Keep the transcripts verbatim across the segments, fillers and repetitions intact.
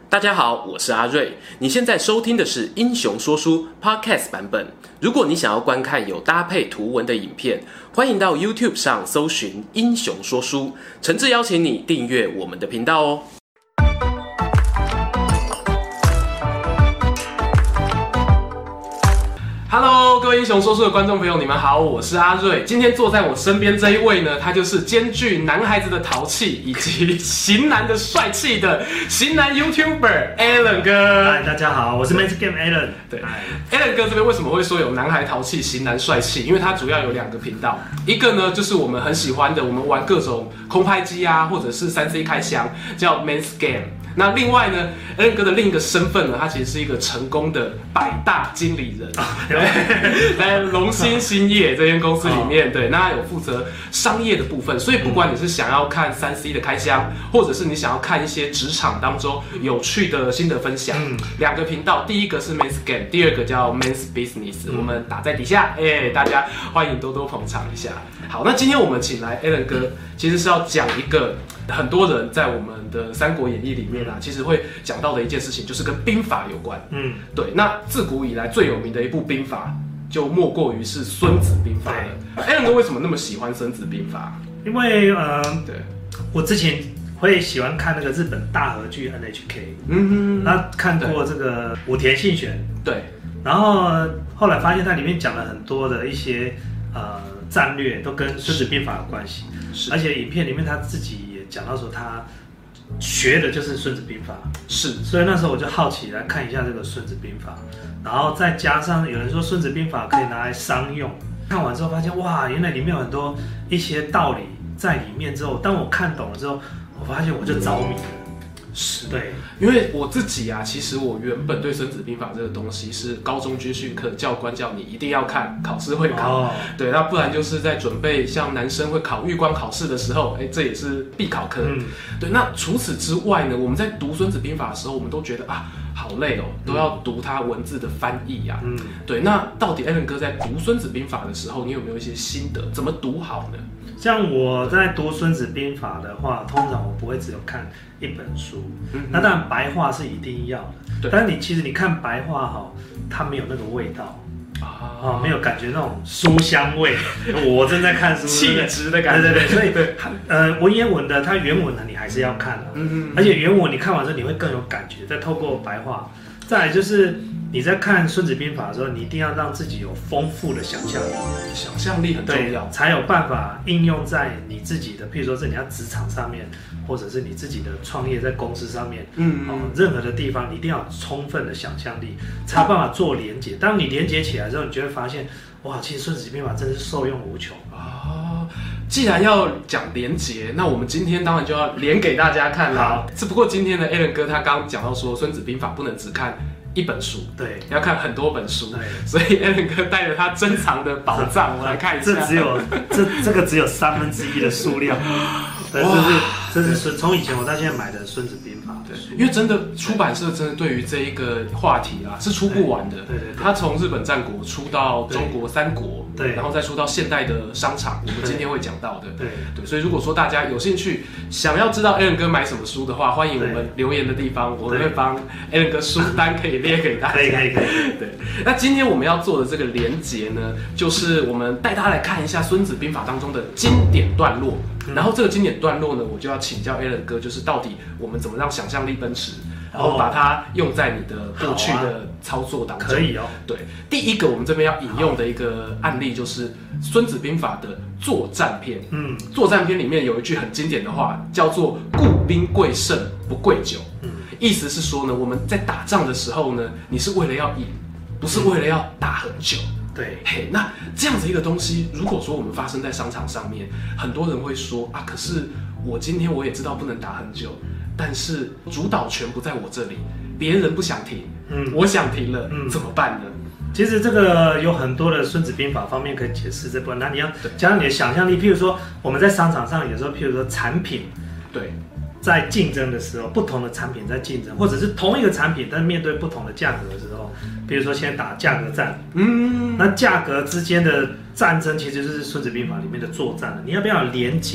大家好，我是阿瑞。你现在收听的是《英雄说书》Podcast 版本。如果你想要观看有搭配图文的影片，欢迎到 YouTube 上搜寻《英雄说书》，诚挚邀请你订阅我们的频道哦。Hello， 各位英雄说书的观众朋友，你们好，我是阿瑞。今天坐在我身边这一位呢，他就是兼具男孩子的淘气以及型男的帅气的型男 YouTuber Alan 哥。 嗨，大家好，我是 Men's Game Alan。 对 ，Alan 哥这边为什么会说有男孩淘气、型男帅气？因为他主要有两个频道，一个呢就是我们很喜欢的，我们玩各种空拍机啊，或者是三 C 开箱，叫 Men's Game。那另外呢 ，Alan 哥的另一个身份呢，他其实是一个成功的百大经理人，对，在龙兴兴业这间公司里面，对，那他有负责商业的部分，所以不管你是想要看三 C 的开箱，或者是你想要看一些职场当中有趣的心得分享，嗯、两个频道，第一个是 Men's Game， 第二个叫 Men's Business，、嗯、我们打在底下，哎、欸，大家欢迎多多捧场一下。好，那今天我们请来 Alan 哥，其实是要讲一个很多人在我们的《三国演义》里面啊，其实会讲到的一件事情，就是跟兵法有关。嗯，对。那自古以来最有名的一部兵法，就莫过于是《孙子兵法》了。Alan 哥为什么那么喜欢《孙子兵法》？ 因为呃， 对， 我之前会喜欢看那个日本大河剧 N H K， 嗯哼，那看过这个武田信玄， 对， 然后后来发现它里面讲了很多的一些呃战略，都跟《孙子兵法》有关系。是，而且影片里面他自己也讲到说，他学的就是《孙子兵法》， 是， 所以那时候我就好奇来看一下这个《孙子兵法》，然后再加上有人说《孙子兵法》可以拿来商用，看完之后发现哇，原来里面有很多一些道理在里面之后，当我看懂了之后，我发现我就着迷了。 是， 对， 因为我自己啊，其实我原本对《孙子兵法》这个东西是高中军训课教官叫你一定要看，考试会考，哦、对，那不然就是在准备像男生会考预官考试的时候，哎，这也是必考科。嗯、对，那除此之外呢，我们在读《孙子兵法》的时候，我们都觉得啊，好累哦，都要读它文字的翻译呀、啊。嗯，对，那到底 Alan 哥在读《孙子兵法》的时候，你有没有一些心得？怎么读好呢？ 像我在读《孙子兵法》的话，通常我不会只有看一本书，嗯、那当然白话是一定要的，但是你其实你看白话哈，它没有那个味道啊、哦，没有感觉那种书香味。我正在看书， 气质的感觉， 对对对，所以对呃文言文的它原文的你还是要看的，嗯嗯，而且原文你看完之后你会更有感觉，再透过白话，再来就是你在看《孙子兵法》的时候，你一定要让自己有丰富的想象力， 想象力很重要， 才有办法应用在你自己的，譬如说是你要职场上面，或者是你自己的创业在公司上面，嗯, 嗯、哦，任何的地方你一定要有充分的想象力，才有办法做连结。当你连结起来之后，你就会发现，哇，其实《孙子兵法》真的是受用无穷啊！既然要讲连结，那我们今天当然就要连给大家看啦。只不过今天的 Alan 哥他刚讲到说，《孙子兵法》不能只看一本书，对，要看很多本书，对，所以 Alan 哥带着他珍藏的宝藏，我来看一下。 这只有这这个只有三分之一的数量，对，这是这是从以前我到现在买的《孙子兵法》的书， 因为真的出版社真的对于这一个话题啊是出不完的，对对对，他从日本战国出到中国三国，对，然后再出到现代的商场，我们今天会讲到的，对对，所以如果说大家有兴趣想要知道 Alan 哥买什么书的话，欢迎我们留言的地方，我会帮 Alan 哥书单可以列给大家。 可以可以可以。 对，那今天我们要做的这个连结呢，就是我们带大家来看一下《孙子兵法》当中的经典段落。嗯、然后这个经典段落呢，我就要请教 Alan 哥，就是到底我们怎么让想象力奔驰，然后把它用在你的过去的操作当中。 可以哦。对， 第一个我们这边要引用的一个案例就是《孙子兵法》的作战篇。嗯，作战篇里面有一句很经典的话，叫做“故兵贵胜，不贵久”。嗯。意思是说呢，我们在打仗的时候呢，你是为了要赢，不是为了要打很久。对，嘿，那这样子一个东西，如果说我们发生在商场上面，很多人会说啊，可是我今天我也知道不能打很久，但是主导权不在我这里，别人不想停，嗯，我想停了，嗯，怎么办呢？ 其实这个有很多的《孙子兵法》方面可以解释这部分，那你要加上你的想象力，譬如说我们在商场上有时候，譬如说产品，对。在竞争的时候，不同的产品在竞争，或者是同一个产品，但面对不同的价格的时候，比如说现在打价格战，嗯，那价格之间的战争其实就是《孙子兵法》里面的作战了。你要不要有连结？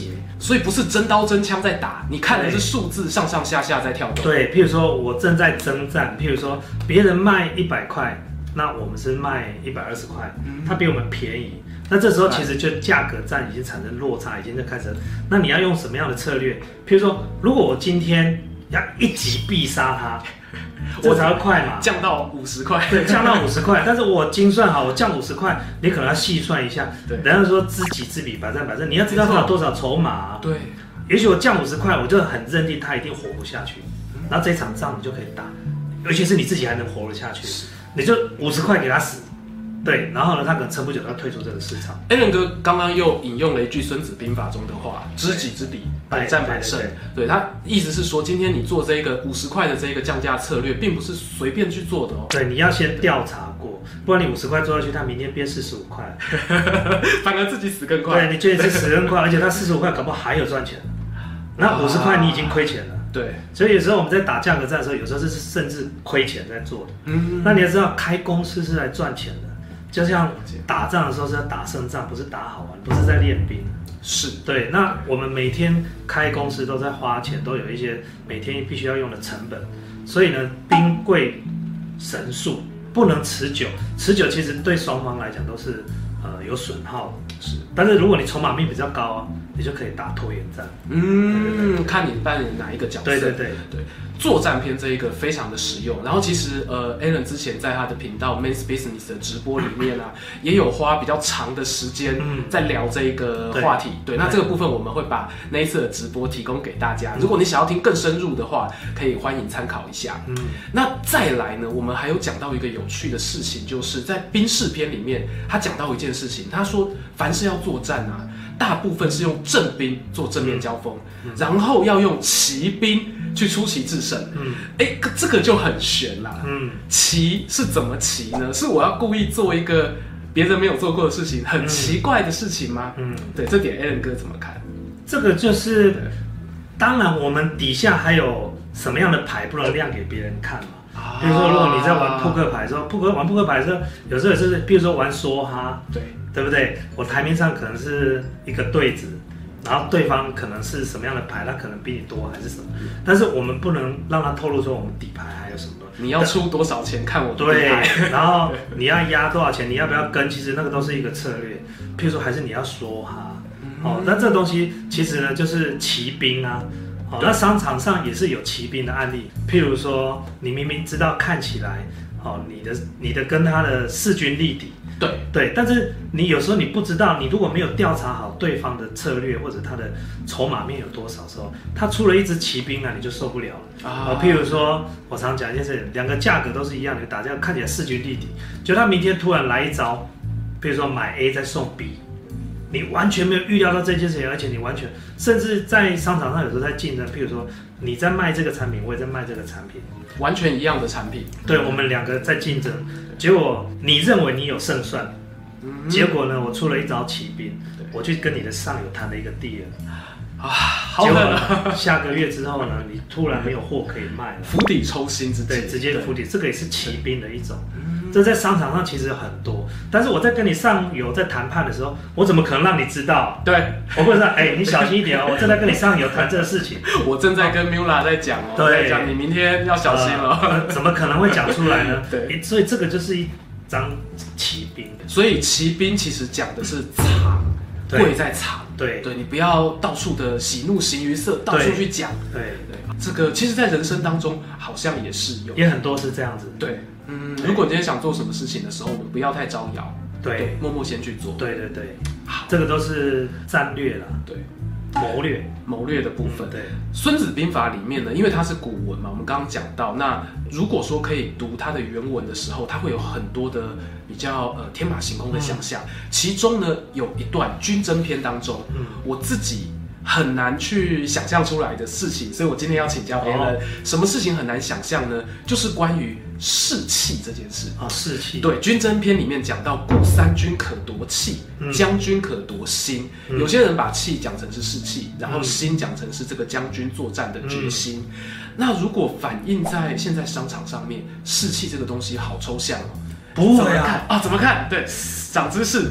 所以不是真刀真枪在打，你看的是数字上上下下在跳动。 对，譬如说我正在征战，譬如说别人卖一百块，那我们是卖一百二十块，他比我们便宜。那这时候其实就价格战已经产生落差，已经在开始。那你要用什么样的策略？譬如说，如果我今天要一击必杀他，我才会快嘛， 降到五十块。 对，降到五十块。但是我精算好，我降五十块，你可能要细算一下。对，人家说知己知彼，百战百胜，你要知道他有多少筹码、啊。对，也许我降五十块，我就很认定他一定活不下去，然后这场仗你就可以打，尤其是你自己还能活得下去，你就五十块给他死。对，然后呢，他可能撑不久，他退出这个市场。 Alan 哥刚刚又引用了一句《孙子兵法》中的话：“知己知彼，百战百胜。”对，他意思是说，今天你做这个五十块的这个降价策略，并不是随便去做的哦。 对，你要先调查过，不然你五十块做下去，他明天变四十五块， 反而自己死更快。 对，你觉得是死更快，而且他四十五块搞不好还有赚钱，那五十块你已经亏钱了。对，所以有时候我们在打价格战的时候，有时候是甚至亏钱在做的。嗯，那你要知道，开公司是来赚钱的。就像打仗的时候是要打胜仗，不是打好玩，不是在练兵。是对。那我们每天开公司都在花钱，都有一些每天必须要用的成本。所以呢，兵贵神速，不能持久。持久其实对双方来讲都是呃有损耗的。是。但是如果你筹码面比较高啊，你就可以打拖延战。 嗯，对对对，看你扮演哪一个角色。 对对对对。作战篇这一个非常的实用，然后其实呃 ，Alan 之前在他的频道 Men's Business 的直播里面啊，也有花比较长的时间在聊这一个话题。对，那这个部分我们会把那一次的直播提供给大家。如果你想要听更深入的话，可以欢迎参考一下。嗯，那再来呢，我们还有讲到一个有趣的事情，就是在兵事篇里面，他讲到一件事情，他说凡是要作战啊，大部分是用正兵做正面交锋，嗯、然后要用骑兵去出奇制胜。嗯，哎，这个就很悬啦。嗯，骑是怎么骑呢？是我要故意做一个别人没有做过的事情，很奇怪的事情吗？嗯，对，这点 Alan 哥怎么看？ 这个就是，当然我们底下还有什么样的牌不能亮给别人看嘛。啊、比如说，如果你在玩扑克牌的时候，扑克玩扑克牌的时候，有时候也是，比如说玩梭哈，对对不对？我台面上可能是一个对子。然后对方可能是什么样的牌，他可能比你多还是什么，但是我们不能让他透露说我们底牌还有什么。 你要出多少钱看我的底牌，对，然后你要压多少钱，你要不要跟，其实那个都是一个策略。譬如说，还是你要说哈，哦，那这东西其实呢就是骑兵啊，哦，那商场上也是有骑兵的案例。譬如说，你明明知道看起来，哦，你的你的跟他的势均力敌。对对，但是你有时候你不知道，你如果没有调查好对方的策略或者他的筹码面有多少时候，他出了一支骑兵啊，你就受不了了啊。譬如说，我常讲一件事，两个价格都是一样的，打架看起来势均力敌，就他明天突然来一招，譬如说买 A 再送 B， 你完全没有预料到这件事情，而且你完全甚至在商场上有时候在竞争，譬如说你在卖这个产品，我也在卖这个产品， 完全一样的产品， 对我们两个在竞争。结果你认为你有胜算，嗯、结果呢，我出了一招骑兵，我去跟你的上游谈了一个 deal， 啊，好狠啊！下个月之后呢，你突然没有货可以卖了， 釜底抽薪之对，直接釜底，这个也是骑兵的一种。这在商场上其实很多，但是我在跟你上游在谈判的时候，我怎么可能让你知道？对，我不能说，哎、欸，你小心一点哦，我正在跟你上游谈这个事情， 我正在跟 Mula 在讲哦，对，讲你明天要小心了、 呃，怎么可能会讲出来呢？对，所以这个就是一张骑兵。 所以骑兵其实讲的是藏，贵在藏，对，对你不要到处的喜怒形于色，到处去讲，对对，这个其实在人生当中好像也是有， 也很多是这样子， 对。嗯，如果你今天想做什么事情的时候，我们不要太招摇，对，对默默先去做。 对对对，好，这个都是战略啦，对，谋略， 谋略的部分。嗯、对，《孙子兵法》里面呢，因为它是古文嘛，我们刚刚讲到，那如果说可以读它的原文的时候，它会有很多的比较呃天马行空的想象。嗯、其中呢，有一段军争篇当中，嗯、我自己很难去想象出来的事情，所以我今天要请教 Alan，、哦、什么事情很难想象呢？就是关于士气这件事啊，士气。 对，军争篇里面讲到，故三军可夺气，嗯、将军可夺心。嗯、有些人把气讲成是士气，然后心讲成是这个将军作战的决心。嗯、那如果反映在现在商场上面，士气这个东西好抽象哦。 不会啊啊，怎么看？对，长知识。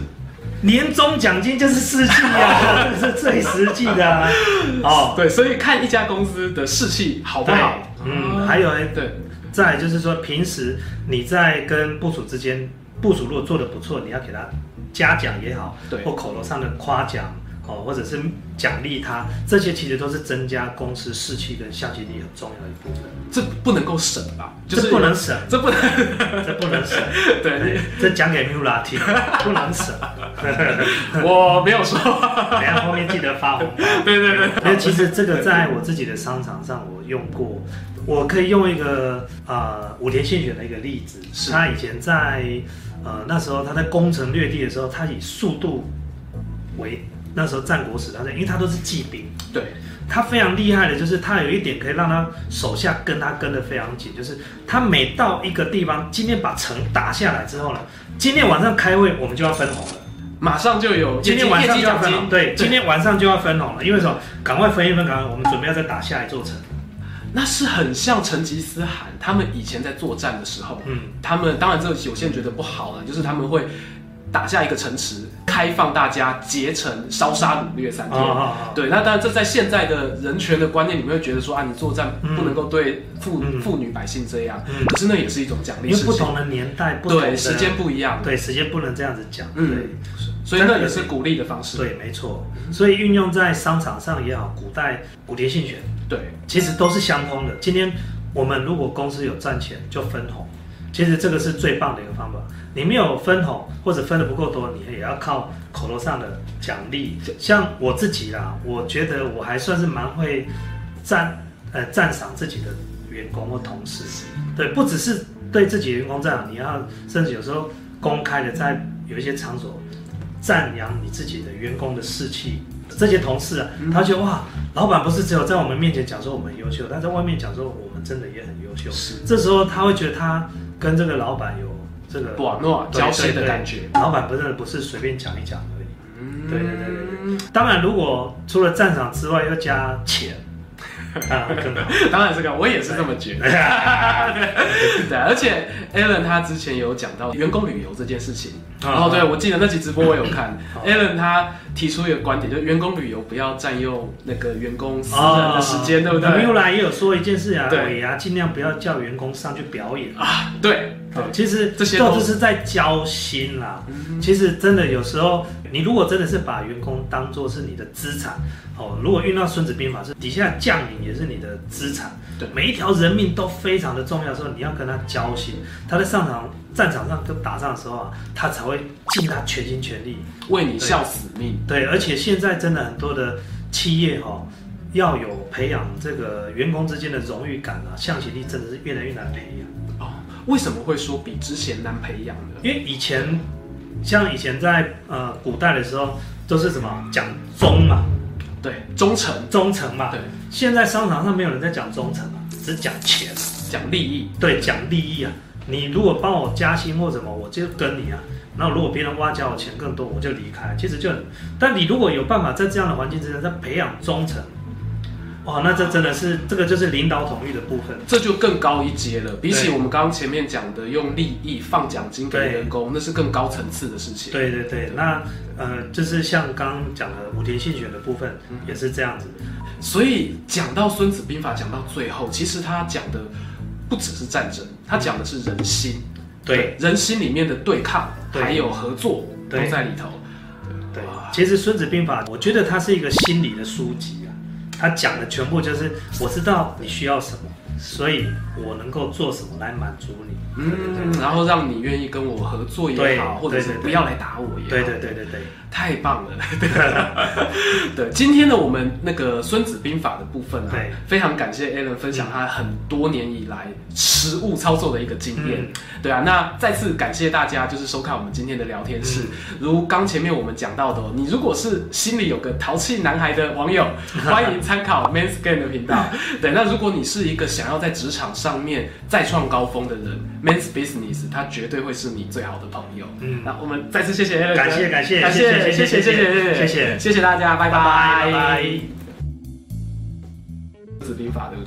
年终奖金就是士气啊，这是最实际的啊。 哦，对，所以看一家公司的士气好不好， 嗯，还有对，再来就是说，平时你在跟部属之间，部属如果做得不错，你要给他嘉奖也好，对，或口头上的夸奖。哦，或者是奖励他，这些其实都是增加公司士气跟向心力很重要的一部分。 这不能够省吧？ 就是、这不能省， 这不能， 这不能省。 对， 对这讲给 Mula 听，不能省。 我没有说， 等一下后面记得发红包。 对对对。 因为其实这个在我自己的商场上我用过，我可以用一个呃武田信玄的一个例子。他以前在呃那时候他在攻城略地的时候，他以速度为那时候战国时代，因为他都是骑兵， 对， 他非常厉害的，就是他有一点可以让他手下跟他跟得非常紧，就是他每到一个地方，今天把城打下来之后呢，今天晚上开会我们就要分红了， 马上就有今天晚上就要分红，对，今天晚上就要分红了，因为什么？赶快分一分，赶快，我们准备要再打下一座城。 那是很像成吉思汗他们以前在作战的时候，嗯，他们当然这有些人觉得不好了，就是他们会打下一个城池，开放大家结成烧杀掳掠三天。哦哦哦对，那当然这在现在的人权的观念里面会觉得说啊，你作战不能够对妇、嗯、妇女百姓这样、嗯，可是那也是一种奖励事情。 因为不同的年代，不同的对时间不一样， 对时间不能这样子讲。嗯，对， 所以那也是鼓励的方式。 对，没错。所以运用在商场上也好，古代武田信玄， 对， 其实都是相通的。今天我们如果公司有赚钱，就分红。其实这个是最棒的一个方法。你没有分红或者分的不够多，你也要靠口头上的奖励。像我自己啦，我觉得我还算是蛮会赞呃赞赏自己的员工或同事。对，不只是对自己的员工赞赏，你要甚至有时候公开的在有一些场所赞扬你自己的员工的士气。这些同事啊，他觉得哇，老板不是只有在我们面前讲说我们很优秀，他在外面讲说我们真的也很优秀。是，这时候他会觉得他跟这个老板有这个瓦诺交心的感觉。 老板不是不是随便讲一讲而已。嗯，对对对对对。当然，如果除了赞赏之外，要加钱。啊，更好。 当然这个我也是这么觉得。对对，而且 Alan 他之前有讲到员工旅游这件事情，然后对我记得那集直播我有看，Alan 他提出一个观点，就是员工旅游不要占用那个员工私人的时间，对不对？ 米乌来也有说一件事啊，尾牙尽量不要叫员工上去表演啊，对。 其实这些都是在交心啦。嗯、其实真的有时候，你如果真的是把员工当作是你的资产，哦，如果遇到孙子兵法是底下将领也是你的资产，对，每一条人命都非常的重要的时候，你要跟他交心。他在上场战场上跟打仗的时候啊，他才会尽他全心全力为你效死命。 对，而且现在真的很多的企业哈、哦，要有培养这个员工之间的荣誉感啊，向心力真的是越来越难培养。 为什么会说比之前难培养呢？ 因为以前，像以前在呃古代的时候，都是什么讲忠嘛， 对，忠诚， 忠诚嘛。 对， 现在商场上没有人在讲忠诚啊，只讲钱， 讲利益。 对，讲利益啊。你如果帮我加薪或什么，我就跟你啊。那如果别人挖角我钱更多，我就离开。其实就很，但你如果有办法在这样的环境之下，在培养忠诚。哇，那这真的是这个就是领导统御的部分， 这就更高一阶了。比起我们刚刚前面讲的用利益放奖金给员工，那是更高层次的事情。 对对对，那呃，就是像刚刚讲的武田信玄的部分、嗯、也是这样子。 所以讲到《孙子兵法》，讲到最后，其实他讲的不只是战争，他讲的是人心。对，人心里面的对抗还有合作都在里头。 对，其实《孙子兵法》，我觉得它是一个心理的书籍。他讲的全部就是我知道你需要什么，所以我能够做什么来满足你， 嗯，对对对，然后让你愿意跟我合作也好，或者是不要来打我也好， 对对对对对， 太棒了。对，今天的我们那个《孙子兵法》的部分啊，非常感谢 Alan 分享他很多年以来实务操作的一个经验。嗯、对啊，那再次感谢大家就是收看我们今天的聊天室。嗯、如刚前面我们讲到的，你如果是心里有个淘气男孩的网友，欢迎参考 Men's Game 的频道。对，那如果你是一个想要在职场上面再创高峰的人 ，Men's Business 它绝对会是你最好的朋友。嗯，那我们再次谢谢 Alan， 感谢感谢感谢。谢谢谢谢谢谢谢谢谢谢大家，拜拜拜拜。 孙子兵法对不对？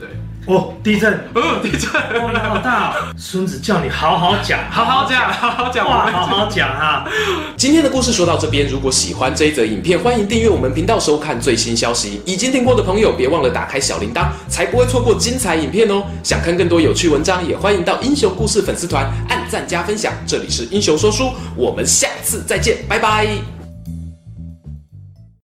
哦，地震， 哦，地震， 哦，你好大、哦！孙子叫你好好讲， 好好讲，好好讲， 哇，好好讲哈。 今天的故事说到这边，如果喜欢这一则影片，欢迎订阅我们频道收看最新消息。已经订过的朋友，别忘了打开小铃铛，才不会错过精彩影片哦。想看更多有趣文章，也欢迎到英雄故事粉丝团按赞加分享。这里是英雄说书，我们下次再见，拜拜。